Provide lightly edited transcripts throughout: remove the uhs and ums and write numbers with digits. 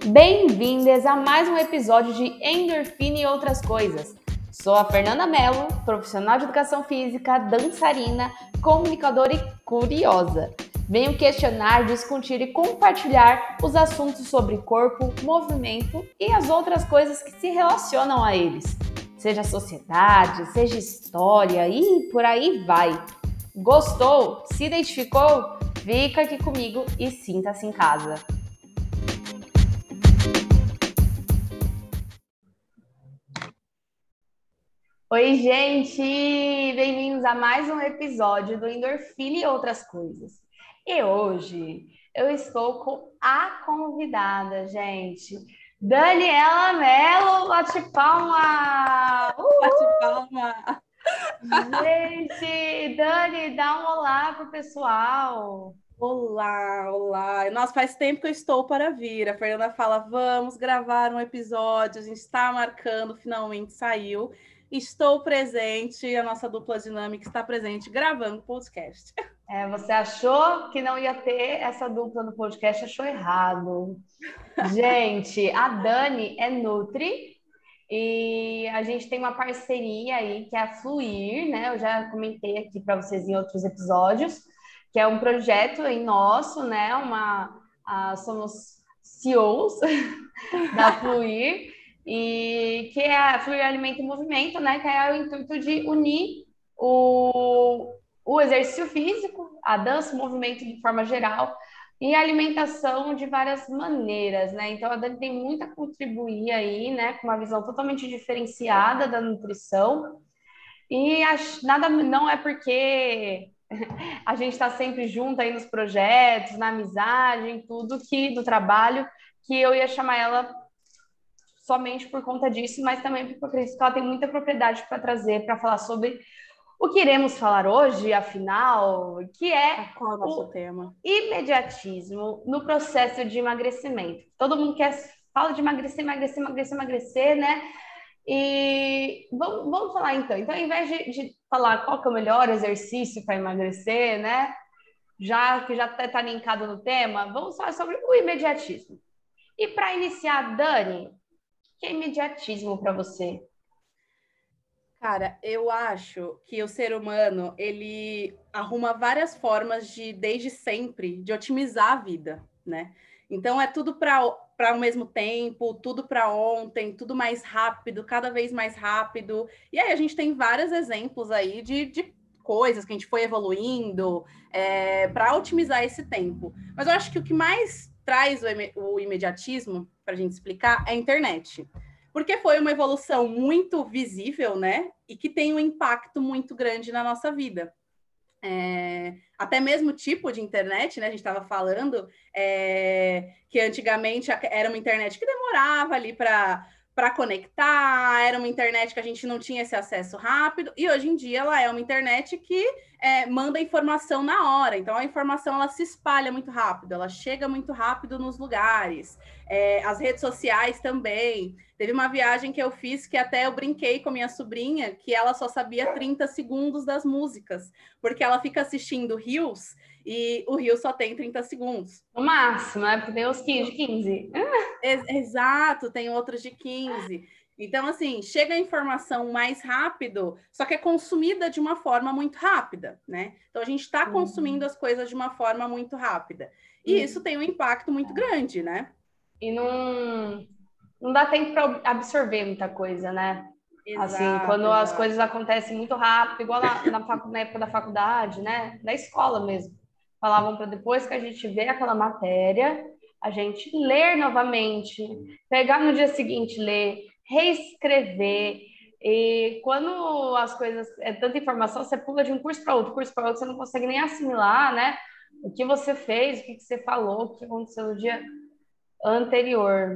Bem-vindas a mais um episódio de Endorfina e Outras Coisas. Sou a Fernanda Mello, profissional de educação física, dançarina, comunicadora e curiosa. Venho questionar, discutir e compartilhar os assuntos sobre corpo, movimento e as outras coisas que se relacionam a eles. Seja sociedade, seja história e por aí vai. Gostou? Se identificou? Fica aqui comigo e sinta-se em casa. Oi, gente! Bem-vindos a mais um episódio do Endorfina e Outras Coisas. E hoje eu estou com a convidada, gente. Daniela Mello, bate palma! Bate palma. Gente, Dani, dá um olá pro pessoal. Olá, olá. Nossa, faz tempo que eu estou para vir. A Fernanda fala, vamos gravar um episódio. A gente está marcando, finalmente saiu. Estou presente, a nossa dupla dinâmica está presente, gravando o podcast. Você achou que não ia ter essa dupla no podcast, achou errado. Gente, a Dani é Nutri. E a gente tem uma parceria aí que é a Fluir, né? Eu já comentei aqui para vocês em outros episódios, que é um projeto aí nosso, né? Somos CEOs da Fluir, e que é a Fluir Alimento e Movimento, né? Que é o intuito de unir o exercício físico, a dança, o movimento de forma geral, e a alimentação de várias maneiras, né? Então a Dani tem muito a contribuir aí, né? Com uma visão totalmente diferenciada da nutrição. E nada não é porque a gente está sempre junto aí nos projetos, na amizade, em tudo que do trabalho, que eu ia chamar ela somente por conta disso, mas também porque eu acredito que ela tem muita propriedade para trazer, para falar sobre o que iremos falar hoje, afinal, que é Qual é o nosso o tema? imediatismo no processo de emagrecimento. Todo mundo fala de emagrecer, emagrecer, emagrecer, emagrecer, né? E vamos falar então. Então, ao invés de falar qual que é o melhor exercício para emagrecer, né? Já que já está linkado no tema, vamos falar sobre o imediatismo. E para iniciar, Dani, o que é imediatismo para você? Cara, eu acho que o ser humano, ele arruma várias formas de, desde sempre, de otimizar a vida, né? Então é tudo para o mesmo tempo, tudo para ontem, tudo mais rápido, cada vez mais rápido. E aí a gente tem vários exemplos aí de coisas que a gente foi evoluindo para otimizar esse tempo. Mas eu acho que o que mais traz o imediatismo, para a gente explicar, é a internet. Porque foi uma evolução muito visível, né? E que tem um impacto muito grande na nossa vida. Até mesmo o tipo de internet, né? A gente estava falando que antigamente era uma internet que demorava ali para conectar, era uma internet que a gente não tinha esse acesso rápido, e hoje em dia ela é uma internet que manda informação na hora, então a informação ela se espalha muito rápido, ela chega muito rápido nos lugares, as redes sociais também. Teve uma viagem que eu fiz que até eu brinquei com minha sobrinha que ela só sabia 30 segundos das músicas, porque ela fica assistindo Reels e o Reels só tem 30 segundos. No máximo, né? Porque tem os 15 de 15. Exato, tem outros de 15. Então, assim, chega a informação mais rápido, só que é consumida de uma forma muito rápida, né? Então, a gente está consumindo as coisas de uma forma muito rápida. E isso tem um impacto muito grande, né? E não dá tempo para absorver muita coisa, né? Assim, Exato, quando as exato. coisas acontecem muito rápido, igual na época da faculdade, né? Na escola mesmo. Falavam para depois que a gente vê aquela matéria, a gente ler novamente, pegar no dia seguinte, ler, reescrever. E quando as coisas é tanta informação, você pula de um curso para outro, você não consegue nem assimilar, né? O que você fez, o que você falou, o que aconteceu no dia anterior.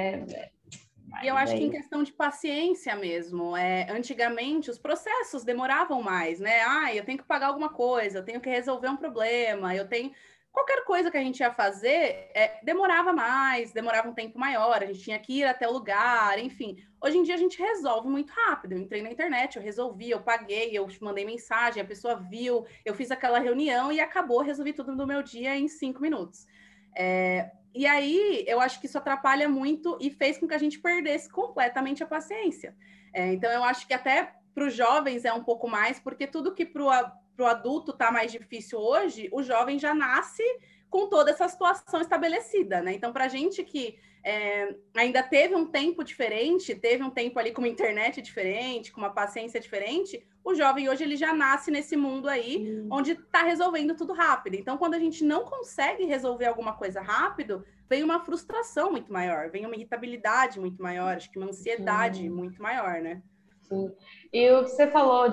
E eu Mas acho é que em isso. questão de paciência mesmo, antigamente os processos demoravam mais, né? Ah, eu tenho que pagar alguma coisa, eu tenho que resolver um problema, eu tenho. Qualquer coisa que a gente ia fazer demorava mais, demorava um tempo maior, a gente tinha que ir até o lugar, enfim. Hoje em dia a gente resolve muito rápido. Eu entrei na internet, eu resolvi, eu paguei, eu mandei mensagem, a pessoa viu, eu fiz aquela reunião e acabou, resolvi tudo no meu dia em 5 minutos. E aí, eu acho que isso atrapalha muito e fez com que a gente perdesse completamente a paciência. Então, eu acho que até para os jovens é um pouco mais, porque tudo que para o adulto está mais difícil hoje, o jovem já nasce com toda essa situação estabelecida, né? Então, para a gente que ainda teve um tempo diferente, teve um tempo ali com uma internet diferente, com uma paciência diferente, o jovem hoje ele já nasce nesse mundo aí, onde está resolvendo tudo rápido. Então, quando a gente não consegue resolver alguma coisa rápido, vem uma frustração muito maior, vem uma irritabilidade muito maior, acho que uma ansiedade muito maior, né? Sim. E o que você falou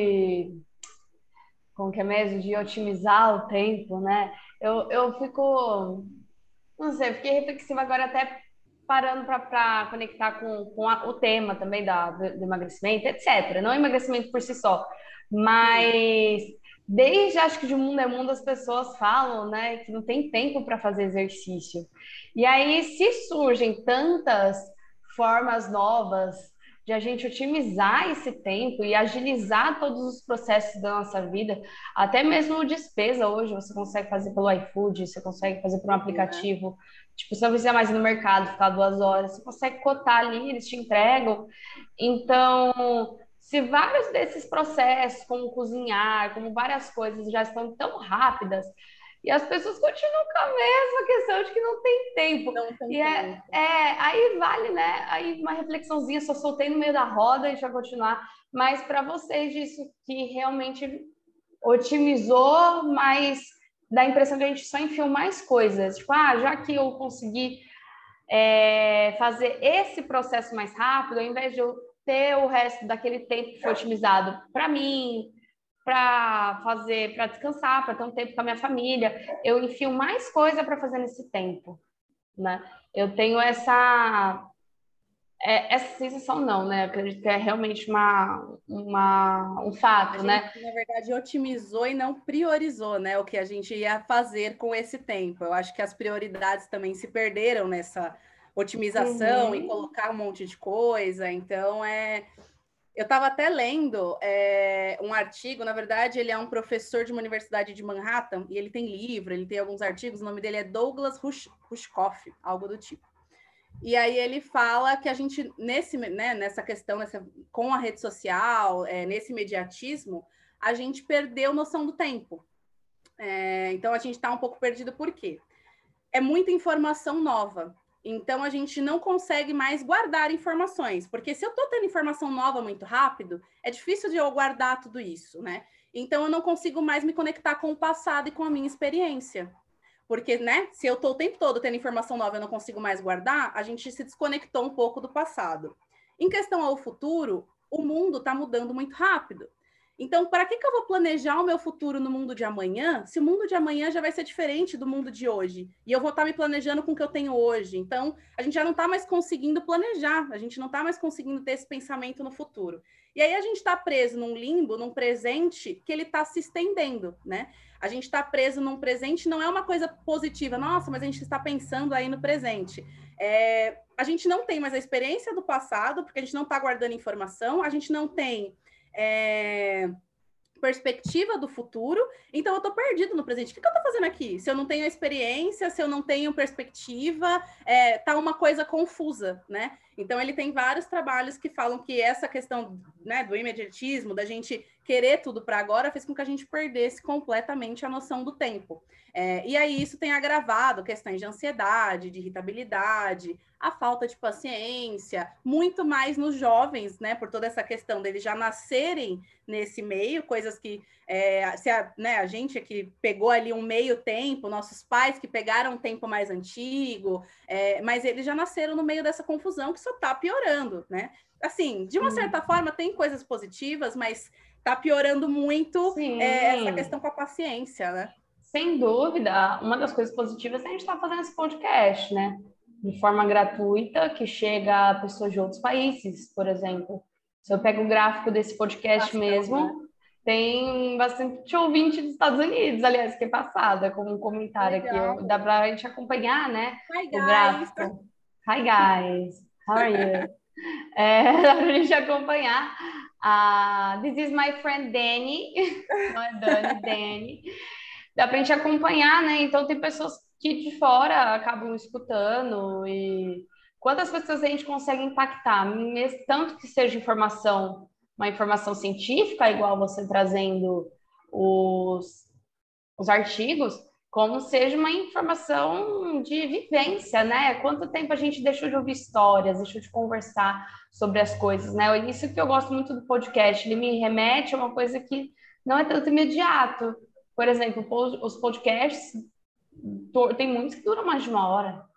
como que é mesmo, de otimizar o tempo, né? Eu fico, não sei, fiquei reflexiva agora até parando para conectar com o tema também do emagrecimento, etc. Não emagrecimento por si só, mas desde acho que de mundo é mundo as pessoas falam, né, que não tem tempo para fazer exercício. E aí, se surgem tantas formas novas de a gente otimizar esse tempo e agilizar todos os processos da nossa vida, até mesmo despesa hoje você consegue fazer pelo iFood, você consegue fazer por um aplicativo. Tipo, você não precisa mais ir no mercado, ficar 2 horas, você consegue cotar ali, eles te entregam. Então, se vários desses processos, como cozinhar, como várias coisas, já estão tão rápidas, e as pessoas continuam com a mesma questão de que não tem tempo. Não tem E tempo. aí vale, né? Aí uma reflexãozinha, só soltei no meio da roda e já continuar. Mas para vocês, disso que realmente otimizou, mas dá a impressão que a gente só enfiou mais coisas. Tipo, já que eu consegui fazer esse processo mais rápido, ao invés de eu ter o resto daquele tempo que foi otimizado para mim, para descansar, para ter um tempo com a minha família, eu enfio mais coisa para fazer nesse tempo, né? Eu tenho essa sensação não, né? Eu acredito que é realmente um fato, né? Na verdade, otimizou e não priorizou, né? O que a gente ia fazer com esse tempo. Eu acho que as prioridades também se perderam nessa otimização e colocar um monte de coisa. Então, eu estava até lendo um artigo, na verdade, ele é um professor de uma universidade de Manhattan, e ele tem livro, ele tem alguns artigos, o nome dele é Douglas Rushkoff, algo do tipo. E aí ele fala que a gente, nessa questão, com a rede social, nesse imediatismo, a gente perdeu noção do tempo. Então, a gente está um pouco perdido por quê? É muita informação nova. Então, a gente não consegue mais guardar informações. Porque se eu estou tendo informação nova muito rápido, é difícil de eu guardar tudo isso, né? Então, eu não consigo mais me conectar com o passado e com a minha experiência. Porque, né, se eu estou o tempo todo tendo informação nova e eu não consigo mais guardar, a gente se desconectou um pouco do passado. Em questão ao futuro, o mundo está mudando muito rápido. Então, para que eu vou planejar o meu futuro no mundo de amanhã, se o mundo de amanhã já vai ser diferente do mundo de hoje? E eu vou estar me planejando com o que eu tenho hoje. Então, a gente já não está mais conseguindo planejar, a gente não está mais conseguindo ter esse pensamento no futuro. E aí a gente está preso num limbo, num presente que ele está se estendendo, né? A gente está preso num presente, não é uma coisa positiva. Nossa, mas a gente está pensando aí no presente. A gente não tem mais a experiência do passado, porque a gente não está guardando informação, a gente não tem perspectiva do futuro, então eu estou perdido no presente. O que eu estou fazendo aqui? Se eu não tenho experiência, se eu não tenho perspectiva, tá uma coisa confusa, né? Então ele tem vários trabalhos que falam que essa questão, né, do imediatismo, da gente querer tudo para agora, fez com que a gente perdesse completamente a noção do tempo. E aí isso tem agravado questões de ansiedade, de irritabilidade, a falta de paciência, muito mais nos jovens, né, por toda essa questão deles já nascerem nesse meio, coisas que a gente que pegou ali um meio tempo, nossos pais que pegaram um tempo mais antigo, mas eles já nasceram no meio dessa confusão que só está piorando, né? Assim, de uma certa forma tem coisas positivas, mas está piorando muito essa questão com a paciência, né? Sem dúvida, uma das coisas positivas é a gente estar fazendo esse podcast, né? De forma gratuita, que chega a pessoas de outros países, por exemplo. Se eu pego o gráfico desse podcast mesmo, tem bastante ouvinte dos Estados Unidos, aliás, que é passada, como um comentário aqui. Dá para a gente acompanhar, né? Hi, o gráfico. Hi, guys. How are you? Dá para a gente acompanhar. This is my friend Danny. Não é Dani, Danny. Dá para a gente acompanhar, né? Então tem pessoas que de fora acabam escutando e quantas pessoas a gente consegue impactar, mesmo tanto que seja informação, uma informação científica, igual você trazendo os, os artigos, como seja uma informação de vivência, né? Quanto tempo a gente deixou de ouvir histórias, deixou de conversar sobre as coisas, né? Isso que eu gosto muito do podcast, ele me remete a uma coisa que não é tanto imediato. Por exemplo, os podcasts tem muitos que duram mais de uma hora,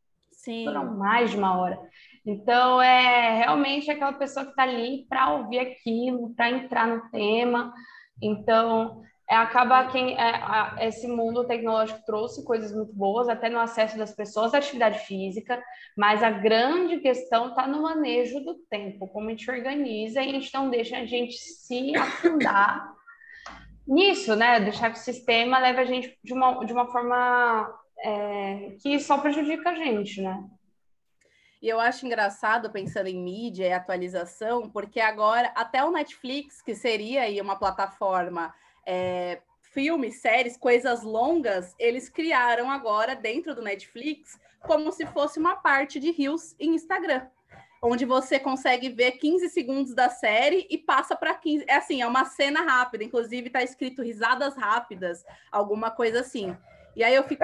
Sim. duram mais de uma hora. Então, é realmente aquela pessoa que está ali para ouvir aquilo, para entrar no tema. Então, acaba que esse mundo tecnológico trouxe coisas muito boas, até no acesso das pessoas à atividade física, mas a grande questão está no manejo do tempo, como a gente organiza e a gente não deixa a gente se afundar nisso, né? Deixar que o sistema leve a gente de uma forma que só prejudica a gente, né? E eu acho engraçado, pensando em mídia e atualização, porque agora até o Netflix, que seria aí uma plataforma, filmes, séries, coisas longas, eles criaram agora dentro do Netflix como se fosse uma parte de Reels em Instagram, onde você consegue ver 15 segundos da série e passa para 15. É assim, é uma cena rápida, inclusive está escrito risadas rápidas, alguma coisa assim. E aí eu fico,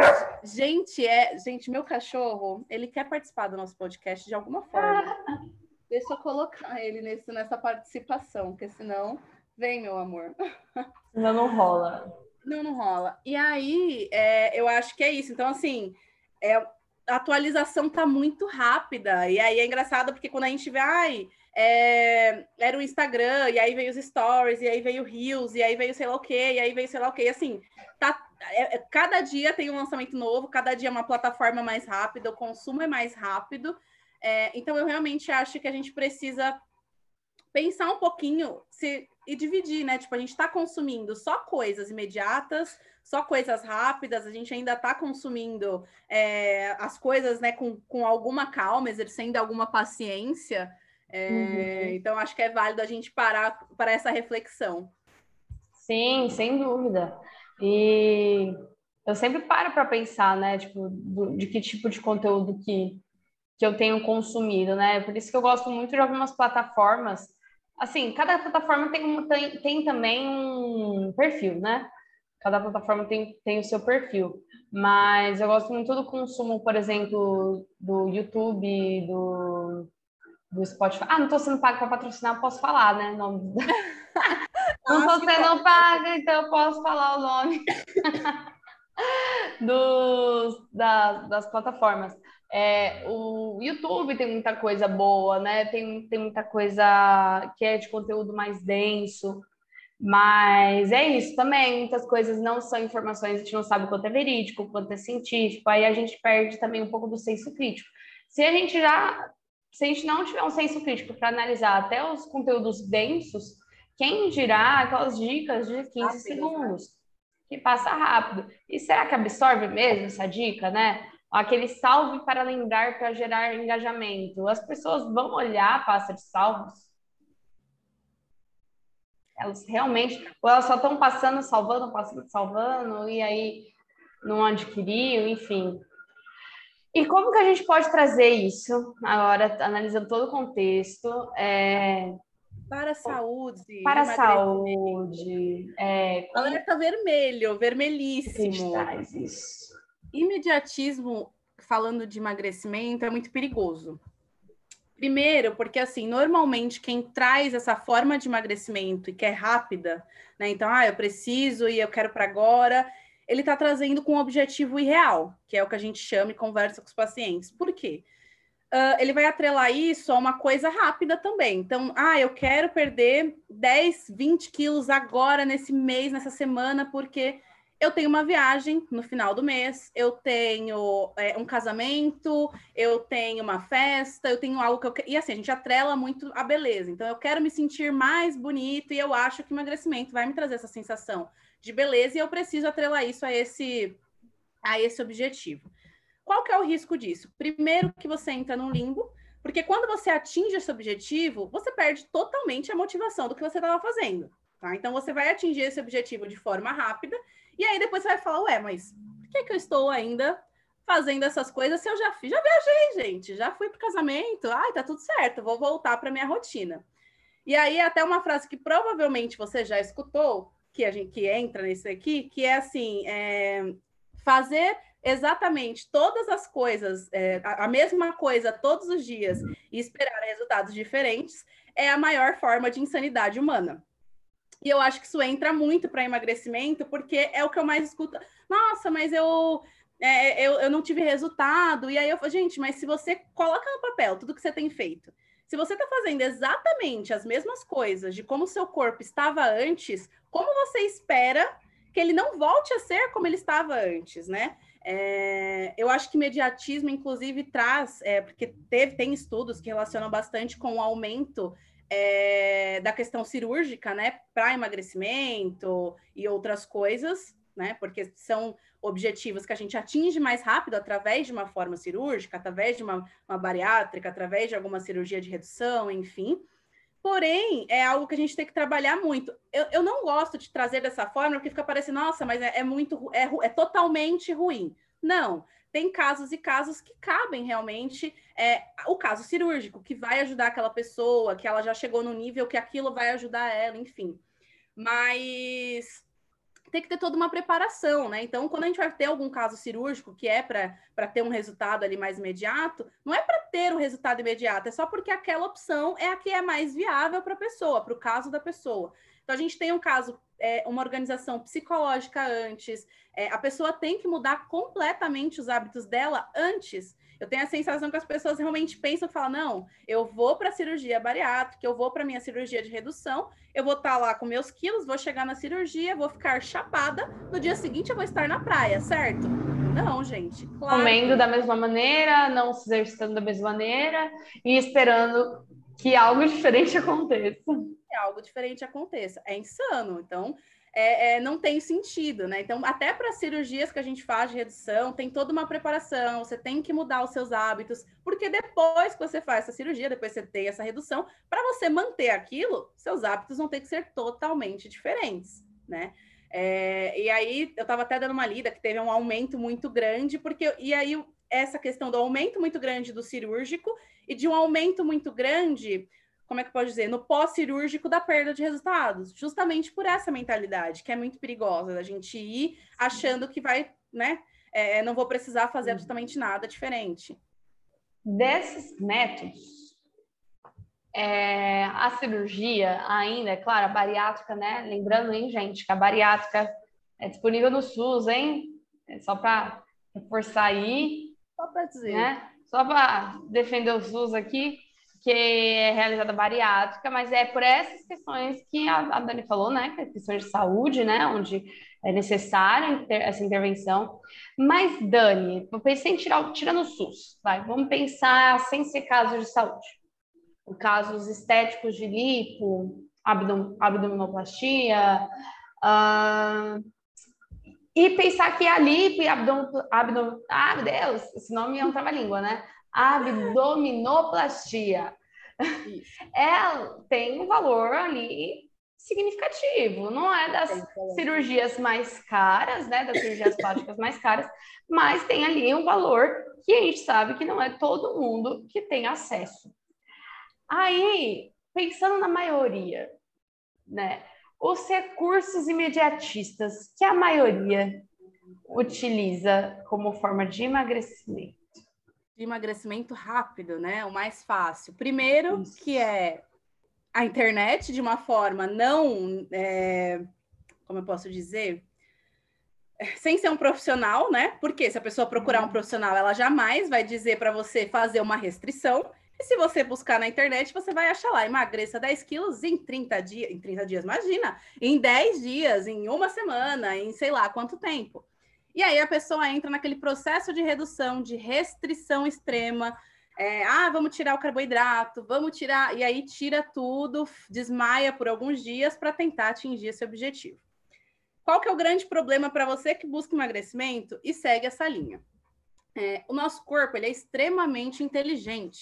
gente, meu cachorro, ele quer participar do nosso podcast de alguma forma. Deixa eu colocar ele nessa participação, porque senão vem, meu amor. Senão não rola. Não rola. E aí, eu acho que é isso. Então, assim, a atualização tá muito rápida. E aí é engraçado porque quando a gente vê, era o Instagram, e aí veio os stories, e aí veio o Reels, e aí veio sei lá o quê, e aí veio sei lá o quê. E assim, cada dia tem um lançamento novo, cada dia é uma plataforma mais rápida, o consumo é mais rápido. Então, eu realmente acho que a gente precisa pensar um pouquinho e dividir, né? Tipo, a gente está consumindo só coisas imediatas, só coisas rápidas, a gente ainda está consumindo as coisas, né, com alguma calma, exercendo alguma paciência. Uhum. Então, acho que é válido a gente parar para essa reflexão. Sim, sem dúvida. E eu sempre paro para pensar, né? Tipo, de que tipo de conteúdo que eu tenho consumido, né? Por isso que eu gosto muito de algumas plataformas. Assim, cada plataforma tem também um perfil, né? Cada plataforma tem o seu perfil. Mas eu gosto muito do consumo, por exemplo, do YouTube, do Spotify. Ah, não estou sendo pago para patrocinar, posso falar, né? Nome. Não Acho estou que pode. sendo paga, então eu posso falar o nome das plataformas. O YouTube tem muita coisa boa, né? Tem muita coisa que é de conteúdo mais denso, mas é isso também. Muitas coisas não são informações, a gente não sabe o quanto é verídico, o quanto é científico, aí a gente perde também um pouco do senso crítico. Se a gente já, se a gente não tiver um senso crítico para analisar até os conteúdos densos, quem dirá aquelas dicas de 15 Rápidos, né? segundos, que passa rápido. E será que absorve mesmo essa dica, né? Aquele salve para lembrar, para gerar engajamento. As pessoas vão olhar a pasta de salvos, elas realmente, ou elas só estão passando, salvando, e aí não adquiriu, enfim. E como que a gente pode trazer isso, agora analisando todo o contexto, Para a saúde, para a emagrecimento. saúde? Como Alerta vermelho, que a gente vermelhíssimo. traz isso? Imediatismo, falando de emagrecimento, é muito perigoso. Primeiro, porque assim, normalmente quem traz essa forma de emagrecimento e que é rápida, né? Então, eu preciso e eu quero para agora, ele está trazendo com um objetivo irreal, que é o que a gente chama e conversa com os pacientes. Por quê? Ele vai atrelar isso a uma coisa rápida também. Então, eu quero perder 10, 20 quilos agora, nesse mês, nessa semana, porque eu tenho uma viagem no final do mês, eu tenho um casamento, eu tenho uma festa, eu tenho algo que eu quero. E assim, a gente atrela muito a beleza. Então, eu quero me sentir mais bonito e eu acho que o emagrecimento vai me trazer essa sensação de beleza e eu preciso atrelar isso a esse objetivo. Qual que é o risco disso? Primeiro que você entra num limbo, porque quando você atinge esse objetivo, você perde totalmente a motivação do que você estava fazendo. Tá? Então, você vai atingir esse objetivo de forma rápida, e aí depois você vai falar, mas por que eu estou ainda fazendo essas coisas se eu já fiz? Já viajei, gente, já fui para o casamento, ai, tá tudo certo, vou voltar para minha rotina. E aí, até uma frase que provavelmente você já escutou, que entra nisso aqui, que é assim, fazer exatamente todas as coisas, a mesma coisa todos os dias e esperar resultados diferentes é a maior forma de insanidade humana. E eu acho que isso entra muito para emagrecimento, porque é o que eu mais escuto. Nossa, mas eu não tive resultado. E aí eu falo, gente, mas se você coloca no papel tudo que você tem feito, se você está fazendo exatamente as mesmas coisas de como o seu corpo estava antes, como você espera que ele não volte a ser como ele estava antes, né? Eu acho que imediatismo, inclusive, traz, porque tem estudos que relacionam bastante com o aumento da questão cirúrgica, né, para emagrecimento e outras coisas, né, porque são objetivos que a gente atinge mais rápido através de uma forma cirúrgica, através de uma bariátrica, através de alguma cirurgia de redução, enfim. Porém, é algo que a gente tem que trabalhar muito. Eu não gosto de trazer dessa forma, porque fica parecendo, nossa, mas é totalmente ruim. Não, tem casos e casos que cabem realmente o caso cirúrgico, que vai ajudar aquela pessoa, que ela já chegou no nível que aquilo vai ajudar ela, enfim. Mas tem que ter toda uma preparação, né? Então, quando a gente vai ter algum caso cirúrgico que é para ter um resultado ali mais imediato, não é para ter o resultado imediato, é só porque aquela opção é a que é mais viável para a pessoa, para o caso da pessoa. Então, a gente tem um caso, uma organização psicológica antes, a pessoa tem que mudar completamente os hábitos dela antes. Eu tenho a sensação que as pessoas realmente pensam e falam, não, eu vou para a cirurgia bariátrica, eu vou para a minha cirurgia de redução, eu vou estar lá com meus quilos, vou chegar na cirurgia, vou ficar chapada, no dia seguinte eu vou estar na praia, certo? Não, gente, claro. Comendo da mesma maneira, não se exercitando da mesma maneira e esperando que algo diferente aconteça. Que algo diferente aconteça. É insano. Então, não tem sentido, né? Então, até para as cirurgias que a gente faz de redução, tem toda uma preparação, você tem que mudar os seus hábitos, porque depois que você faz essa cirurgia, depois você tem essa redução, para você manter aquilo, seus hábitos vão ter que ser totalmente diferentes, né? E aí, eu estava até dando uma lida que teve um aumento muito grande, e aí essa questão do aumento muito grande do cirúrgico e de um aumento muito grande, como é que pode dizer, no pós-cirúrgico da perda de resultados, justamente por essa mentalidade, que é muito perigosa, da gente ir achando que vai, né, não vou precisar fazer absolutamente nada diferente. Desses métodos, a cirurgia ainda, é claro, a bariátrica, né? Lembrando, hein, gente, que a bariátrica é disponível no SUS, hein? Só para reforçar aí. Só para dizer. Né? Só para defender o SUS aqui, que é realizada bariátrica, mas é por essas questões que a Dani falou, né? Que é questões de saúde, né? Onde é necessária essa intervenção. Mas, Dani, eu pensei em tirando o SUS, vai. Vamos pensar sem ser casos de saúde. Casos estéticos de lipo, abdominoplastia, e pensar que a lipo e meu Deus, esse nome é um trava-língua, né? Abdominoplastia. Ela tem um valor ali significativo, não é das cirurgias mais caras, né? Das cirurgias plásticas mais caras, mas tem ali um valor que a gente sabe que não é todo mundo que tem acesso. Aí, pensando na maioria, né? Os recursos imediatistas que a maioria utiliza como forma de emagrecimento. De emagrecimento rápido, né? O mais fácil. Primeiro, isso, que é a internet, de uma forma não... como eu posso dizer? Sem ser um profissional, né? Porque se a pessoa procurar um profissional, ela jamais vai dizer para você fazer uma restrição. E se você buscar na internet, você vai achar lá, emagreça 10 quilos em 30 dias. Em 30 dias, imagina! Em 10 dias, em uma semana, em sei lá quanto tempo. E aí a pessoa entra naquele processo de redução, de restrição extrema. Vamos tirar o carboidrato, vamos tirar... E aí tira tudo, desmaia por alguns dias para tentar atingir esse objetivo. Qual que é o grande problema para você que busca emagrecimento e segue essa linha? O nosso corpo ele é extremamente inteligente.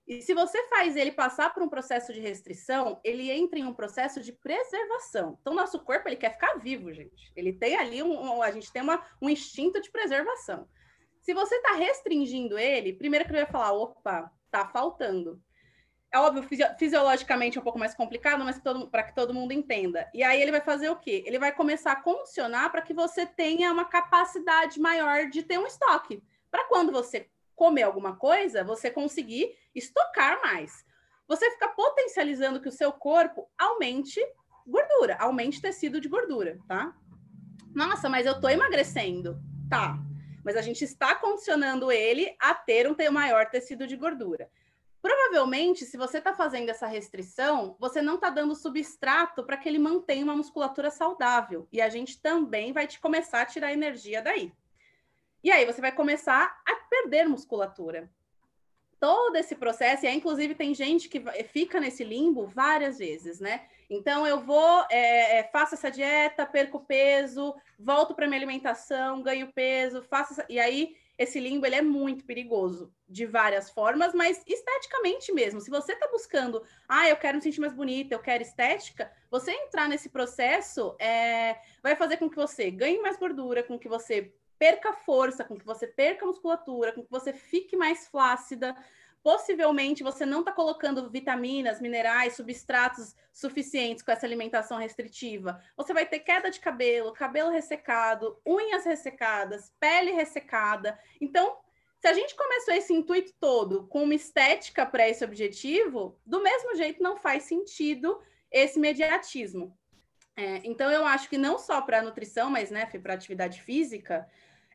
E se você faz ele passar por um processo de restrição, ele entra em um processo de preservação. Então, nosso corpo, ele quer ficar vivo, gente. Ele tem ali, a gente tem um instinto de preservação. Se você está restringindo ele, primeiro que ele vai falar, opa, tá faltando. É óbvio, fisiologicamente é um pouco mais complicado, mas para que todo mundo entenda. E aí ele vai fazer o quê? Ele vai começar a condicionar para que você tenha uma capacidade maior de ter um estoque. Para quando você comer alguma coisa, você conseguir estocar mais. Você fica potencializando que o seu corpo aumente gordura, aumente tecido de gordura, tá? Nossa, mas eu tô emagrecendo. Tá, mas a gente está condicionando ele a ter um maior tecido de gordura. Provavelmente, se você está fazendo essa restrição, você não está dando substrato para que ele mantenha uma musculatura saudável. E a gente também vai começar a tirar energia daí. E aí você vai começar a perder musculatura. Todo esse processo, e aí, inclusive, tem gente que fica nesse limbo várias vezes, né? Então, eu vou, faço essa dieta, perco peso, volto para minha alimentação, ganho peso, e aí esse limbo ele é muito perigoso, de várias formas, mas esteticamente mesmo. Se você está buscando, eu quero me sentir mais bonita, eu quero estética, você entrar nesse processo vai fazer com que você ganhe mais gordura, com que você perca força, com que você perca musculatura, com que você fique mais flácida. Possivelmente você não está colocando vitaminas, minerais, substratos suficientes com essa alimentação restritiva. Você vai ter queda de cabelo, cabelo ressecado, unhas ressecadas, pele ressecada. Então, se a gente começou esse intuito todo com uma estética para esse objetivo, do mesmo jeito não faz sentido esse imediatismo. Então, eu acho que não só para a nutrição, mas para a atividade física,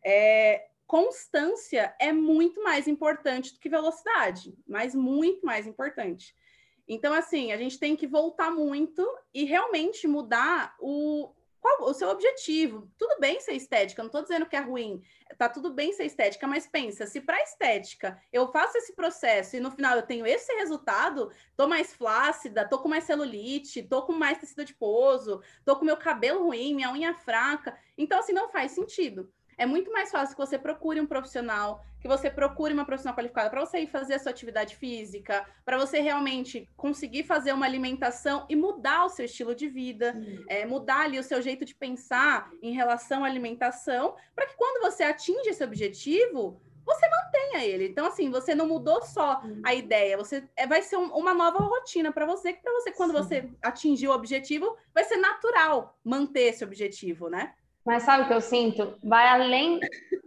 constância é muito mais importante do que velocidade, mas muito mais importante. Então, assim, a gente tem que voltar muito e realmente mudar o seu objetivo. Tudo bem ser estética, não estou dizendo que é ruim, tá tudo bem ser estética, mas pensa, se para estética eu faço esse processo e no final eu tenho esse resultado, tô mais flácida, tô com mais celulite, tô com mais tecido adiposo, tô com meu cabelo ruim, minha unha fraca, então assim, não faz sentido. É muito mais fácil que você procure um profissional, que você procure uma profissional qualificada para você ir fazer a sua atividade física, para você realmente conseguir fazer uma alimentação e mudar o seu estilo de vida, mudar ali o seu jeito de pensar em relação à alimentação, para que quando você atinge esse objetivo, você mantenha ele. Então, assim, você não mudou só a ideia, vai ser uma nova rotina para você, que para você, quando você atingir o objetivo, vai ser natural manter esse objetivo, né? Mas sabe o que eu sinto? Vai além...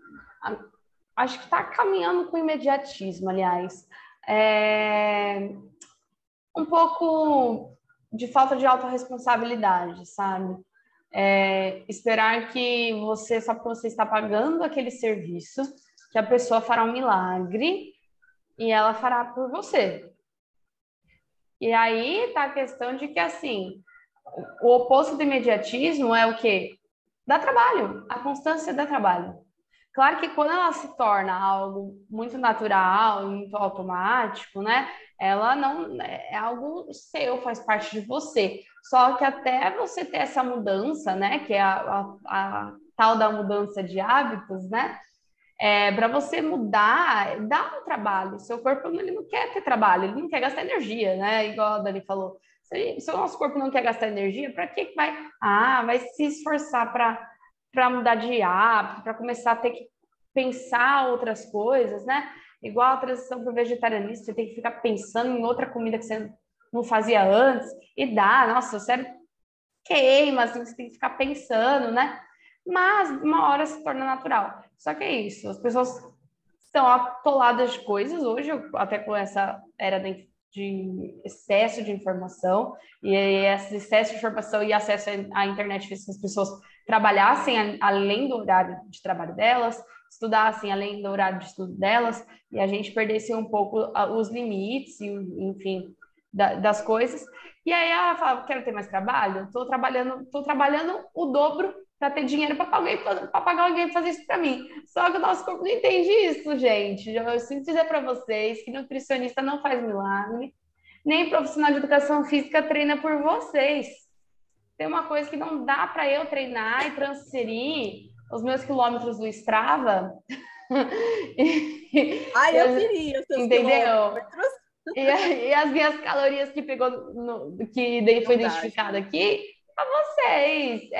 Acho que está caminhando com imediatismo, aliás. Um pouco de falta de autorresponsabilidade, sabe? Esperar que você, só porque você está pagando aquele serviço, que a pessoa fará um milagre e ela fará por você. E aí está a questão de que, assim, o oposto do imediatismo é o quê? Dá trabalho, a constância dá trabalho. Claro que quando ela se torna algo muito natural, muito automático, né? Ela não é algo seu, faz parte de você. Só que até você ter essa mudança, né? Que é a tal da mudança de hábitos, né? Para você mudar, dá um trabalho. Seu corpo ele não quer ter trabalho, ele não quer gastar energia, né? Igual a Dani falou. Se o nosso corpo não quer gastar energia, para que vai? Vai se esforçar para mudar de hábito, para começar a ter que pensar outras coisas, né? Igual a transição para o vegetarianismo, você tem que ficar pensando em outra comida que você não fazia antes, e nossa, o cérebro queima, assim, você tem que ficar pensando, né? Mas uma hora se torna natural. Só que é isso, as pessoas estão atoladas de coisas hoje, até com essa era de excesso de informação, e esse excesso de informação e acesso à internet fez com que as pessoas trabalhassem além do horário de trabalho delas, estudassem além do horário de estudo delas, e a gente perdesse um pouco os limites, enfim, das coisas. E aí ela fala, quero ter mais trabalho? Estou trabalhando o dobro para ter dinheiro para pagar alguém para fazer isso para mim. Só que o nosso corpo não entende isso, gente. Eu sinto dizer para vocês que nutricionista não faz milagre, nem profissional de educação física treina por vocês. Tem uma coisa que não dá para eu treinar e transferir os meus quilômetros do Strava. Eu queria os seus entendeu? quilômetros. E as minhas calorias que pegou, que daí foi Não dá, identificado gente. aqui, para vocês.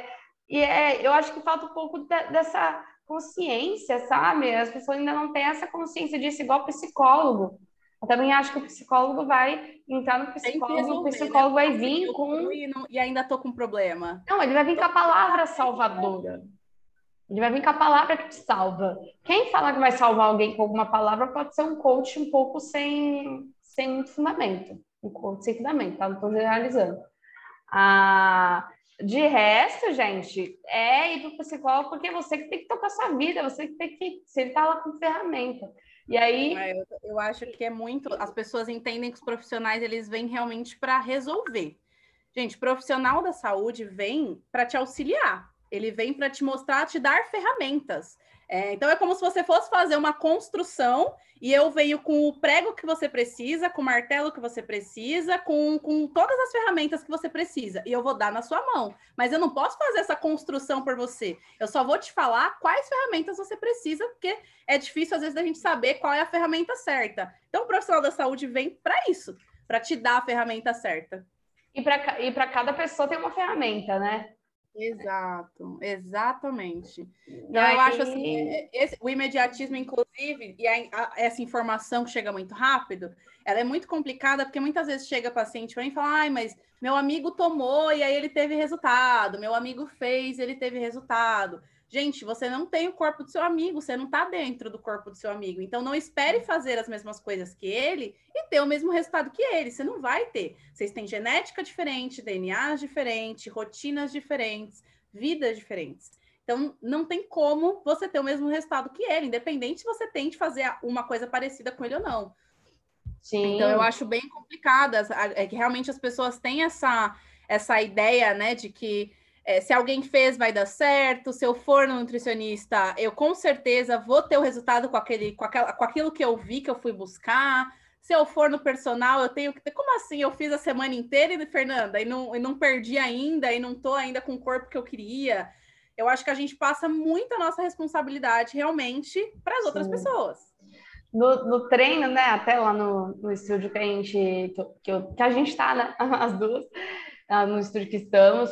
Eu acho que falta um pouco dessa consciência, sabe? As pessoas ainda não têm essa consciência disso, igual psicólogo. Eu também acho que o psicólogo vai entrar no Tem que psicólogo e o resolver, né? psicólogo vai Nossa, vir eu com. fui e ainda tô com problema. Não, ele vai vir com a palavra salvadora. Ele vai vir com a palavra que te salva. Quem fala que vai salvar alguém com alguma palavra pode ser um coach um pouco sem muito fundamento. Um coach sem fundamento, tá? Não estou generalizando. Ah, de resto, gente, é ir para o psicólogo porque é você que tem que tocar sua vida, você que tem que. Se ele está lá com ferramenta. E aí. Eu acho que é muito. As pessoas entendem que os profissionais eles vêm realmente para resolver. Gente, profissional da saúde vem para te auxiliar. Ele vem para te mostrar, te dar ferramentas. Então é como se você fosse fazer uma construção e eu venho com o prego que você precisa, com o martelo que você precisa, com todas as ferramentas que você precisa. E eu vou dar na sua mão. Mas eu não posso fazer essa construção por você. Eu só vou te falar quais ferramentas você precisa, porque é difícil, às vezes, da gente saber qual é a ferramenta certa. Então, o profissional da saúde vem para isso, para te dar a ferramenta certa. E para cada pessoa tem uma ferramenta, né? Exato, exatamente. E Então, eu acho assim, aí. o imediatismo, inclusive, e essa informação que chega muito rápido, ela é muito complicada, porque muitas vezes chega paciente para mim e fala, ai, mas meu amigo tomou e aí ele teve resultado, meu amigo fez, ele teve resultado. Gente, você não tem o corpo do seu amigo, você não está dentro do corpo do seu amigo. Então, não espere fazer as mesmas coisas que ele e ter o mesmo resultado que ele. Você não vai ter. Vocês têm genética diferente, DNA diferente, rotinas diferentes, vidas diferentes. Então, não tem como você ter o mesmo resultado que ele, independente se você tente fazer uma coisa parecida com ele ou não. Então, eu Sim. acho bem complicado, é que realmente as pessoas têm essa ideia, né, de que se alguém fez, vai dar certo. Se eu for no nutricionista, eu com certeza vou ter o resultado com aquilo que eu vi, que eu fui buscar. Se eu for no personal, eu tenho que ter. Como assim? Eu fiz a semana inteira, Fernanda, e não perdi ainda, e não tô ainda com o corpo que eu queria. Eu acho que a gente passa muito a nossa responsabilidade realmente para as outras Sim. pessoas. No treino, né? Até lá no estúdio que a gente, que a gente está, né? As duas, no estúdio que estamos,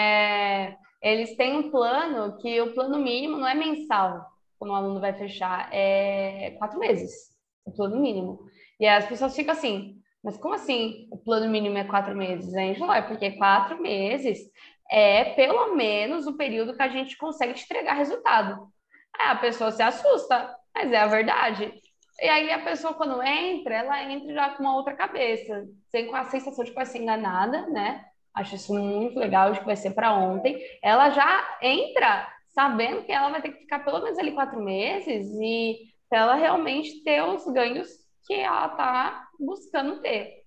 eles têm um plano que o plano mínimo não é mensal, quando o aluno vai fechar, é 4 meses, o plano mínimo. E aí as pessoas ficam assim, mas como assim o plano mínimo é 4 meses, Ângela? É porque 4 meses é pelo menos o período que a gente consegue te entregar resultado. Aí a pessoa se assusta, mas é a verdade. E aí a pessoa, quando entra, ela entra já com uma outra cabeça, sem com a sensação de que vai ser enganada, né? Acho isso muito legal, de que vai ser para ontem. Ela já entra sabendo que ela vai ter que ficar pelo menos ali 4 meses e para ela realmente ter os ganhos que ela está buscando ter.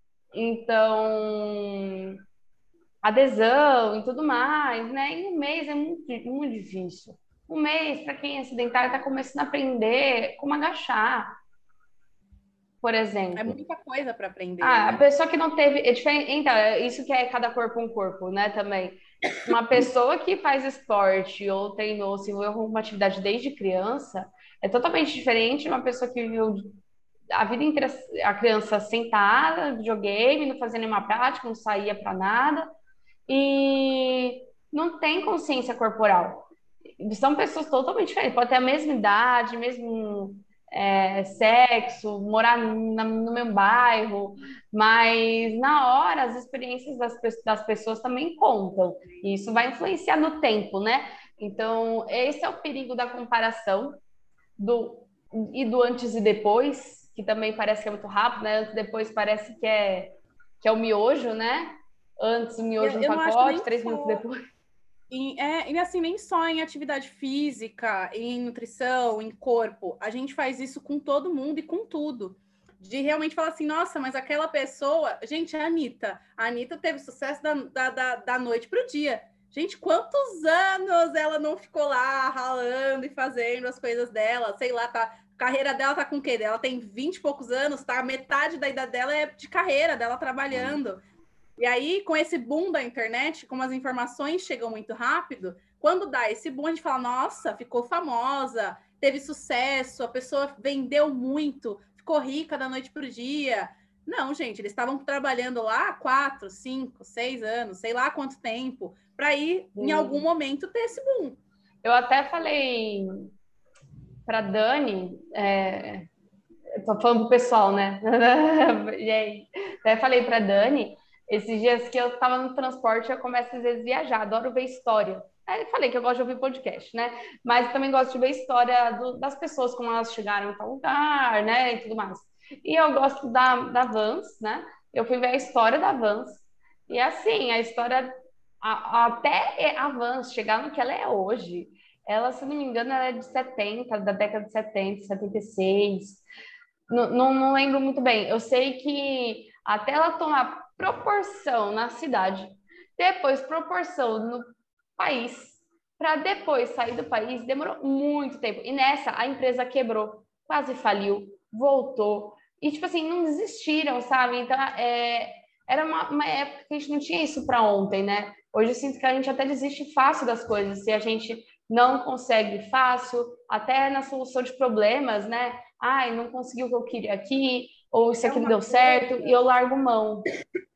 Então, adesão e tudo mais, né? Em um mês é muito, muito difícil. Um mês, para quem é sedentário, está começando a aprender como agachar, por É exemplo. muita coisa para aprender, Ah, a né? pessoa que não teve. É diferente, então, isso que é cada corpo um corpo, né? Também. Uma pessoa que faz esporte ou treinou, se envolveu com uma atividade desde criança, é totalmente diferente de uma pessoa que viveu a vida inteira a criança sentada, videogame, não fazia nenhuma prática, não saía para nada e não tem consciência corporal. São pessoas totalmente diferentes, pode ter a mesma idade, mesmo sexo, morar no mesmo bairro, mas na hora as experiências das pessoas também contam, e isso vai influenciar no tempo, né? Então, esse é o perigo da comparação do, e do antes e depois, que também parece que é muito rápido, né? Antes e depois parece que é o miojo, né? Antes o miojo no Eu não acho pacote, nem 3 minutos só depois. e assim, nem só em atividade física, em nutrição, em corpo. A gente faz isso com todo mundo e com tudo. De realmente falar assim, nossa, mas aquela pessoa. Gente, a Anitta. A Anitta teve sucesso da noite para o dia. Gente, quantos anos ela não ficou lá ralando e fazendo as coisas dela? Sei lá, tá. A carreira dela tá com o quê? Ela tem 20 e poucos anos, tá? Metade da idade dela é de carreira, dela trabalhando. E aí, com esse boom da internet, como as informações chegam muito rápido, quando dá esse boom, a gente fala, nossa, ficou famosa, teve sucesso, a pessoa vendeu muito, ficou rica da noite para o dia. Não, gente, eles estavam trabalhando lá 4, 5, 6 anos, sei lá quanto tempo, para ir, em algum momento, ter esse boom. Eu até falei para Dani, tô falando pro pessoal, né? E aí, até falei para Dani, esses dias que eu tava no transporte, eu começo às vezes a viajar, adoro ver história. Aí eu falei que eu gosto de ouvir podcast, né? Mas também gosto de ver história das pessoas, como elas chegaram em tal lugar, né? E tudo mais. E eu gosto da Vans, né? Eu fui ver a história da Vans. E assim, a história, até a Vans chegar no que ela é hoje, ela, se não me engano, ela é de 70, da década de 70, 76. Não lembro muito bem. Eu sei que até ela tomar proporção na cidade, depois proporção no país, para depois sair do país, demorou muito tempo. E nessa, a empresa quebrou, quase faliu, voltou. E, tipo assim, não desistiram, sabe? Então, era uma época que a gente não tinha isso para ontem, né? Hoje eu sinto que a gente até desiste fácil das coisas. Se a gente não consegue fácil, até na solução de problemas, né? Ai, não consegui o que eu queria aqui, ou isso aqui não deu certo, e eu largo mão.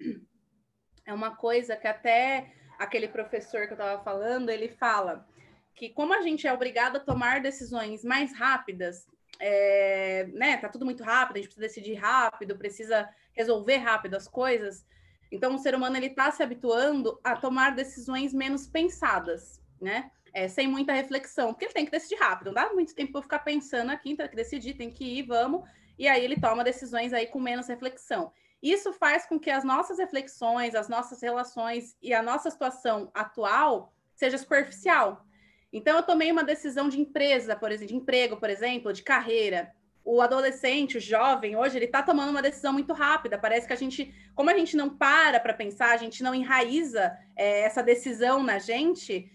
É uma coisa que até aquele professor que eu estava falando, ele fala que como a gente é obrigado a tomar decisões mais rápidas, né? Tá tudo muito rápido, a gente precisa decidir rápido, precisa resolver rápido as coisas. Então o ser humano ele está se habituando a tomar decisões menos pensadas, né? Sem muita reflexão, porque ele tem que decidir rápido, não dá muito tempo para eu ficar pensando aqui, tem que decidir, tem que ir, vamos, e aí ele toma decisões aí com menos reflexão. Isso faz com que as nossas reflexões, as nossas relações e a nossa situação atual seja superficial. Então, eu tomei uma decisão de empresa, por exemplo, de emprego, por exemplo, de carreira. O adolescente, o jovem, hoje, ele está tomando uma decisão muito rápida. Parece que a gente, como a gente não para pensar, a gente não enraiza essa decisão na gente,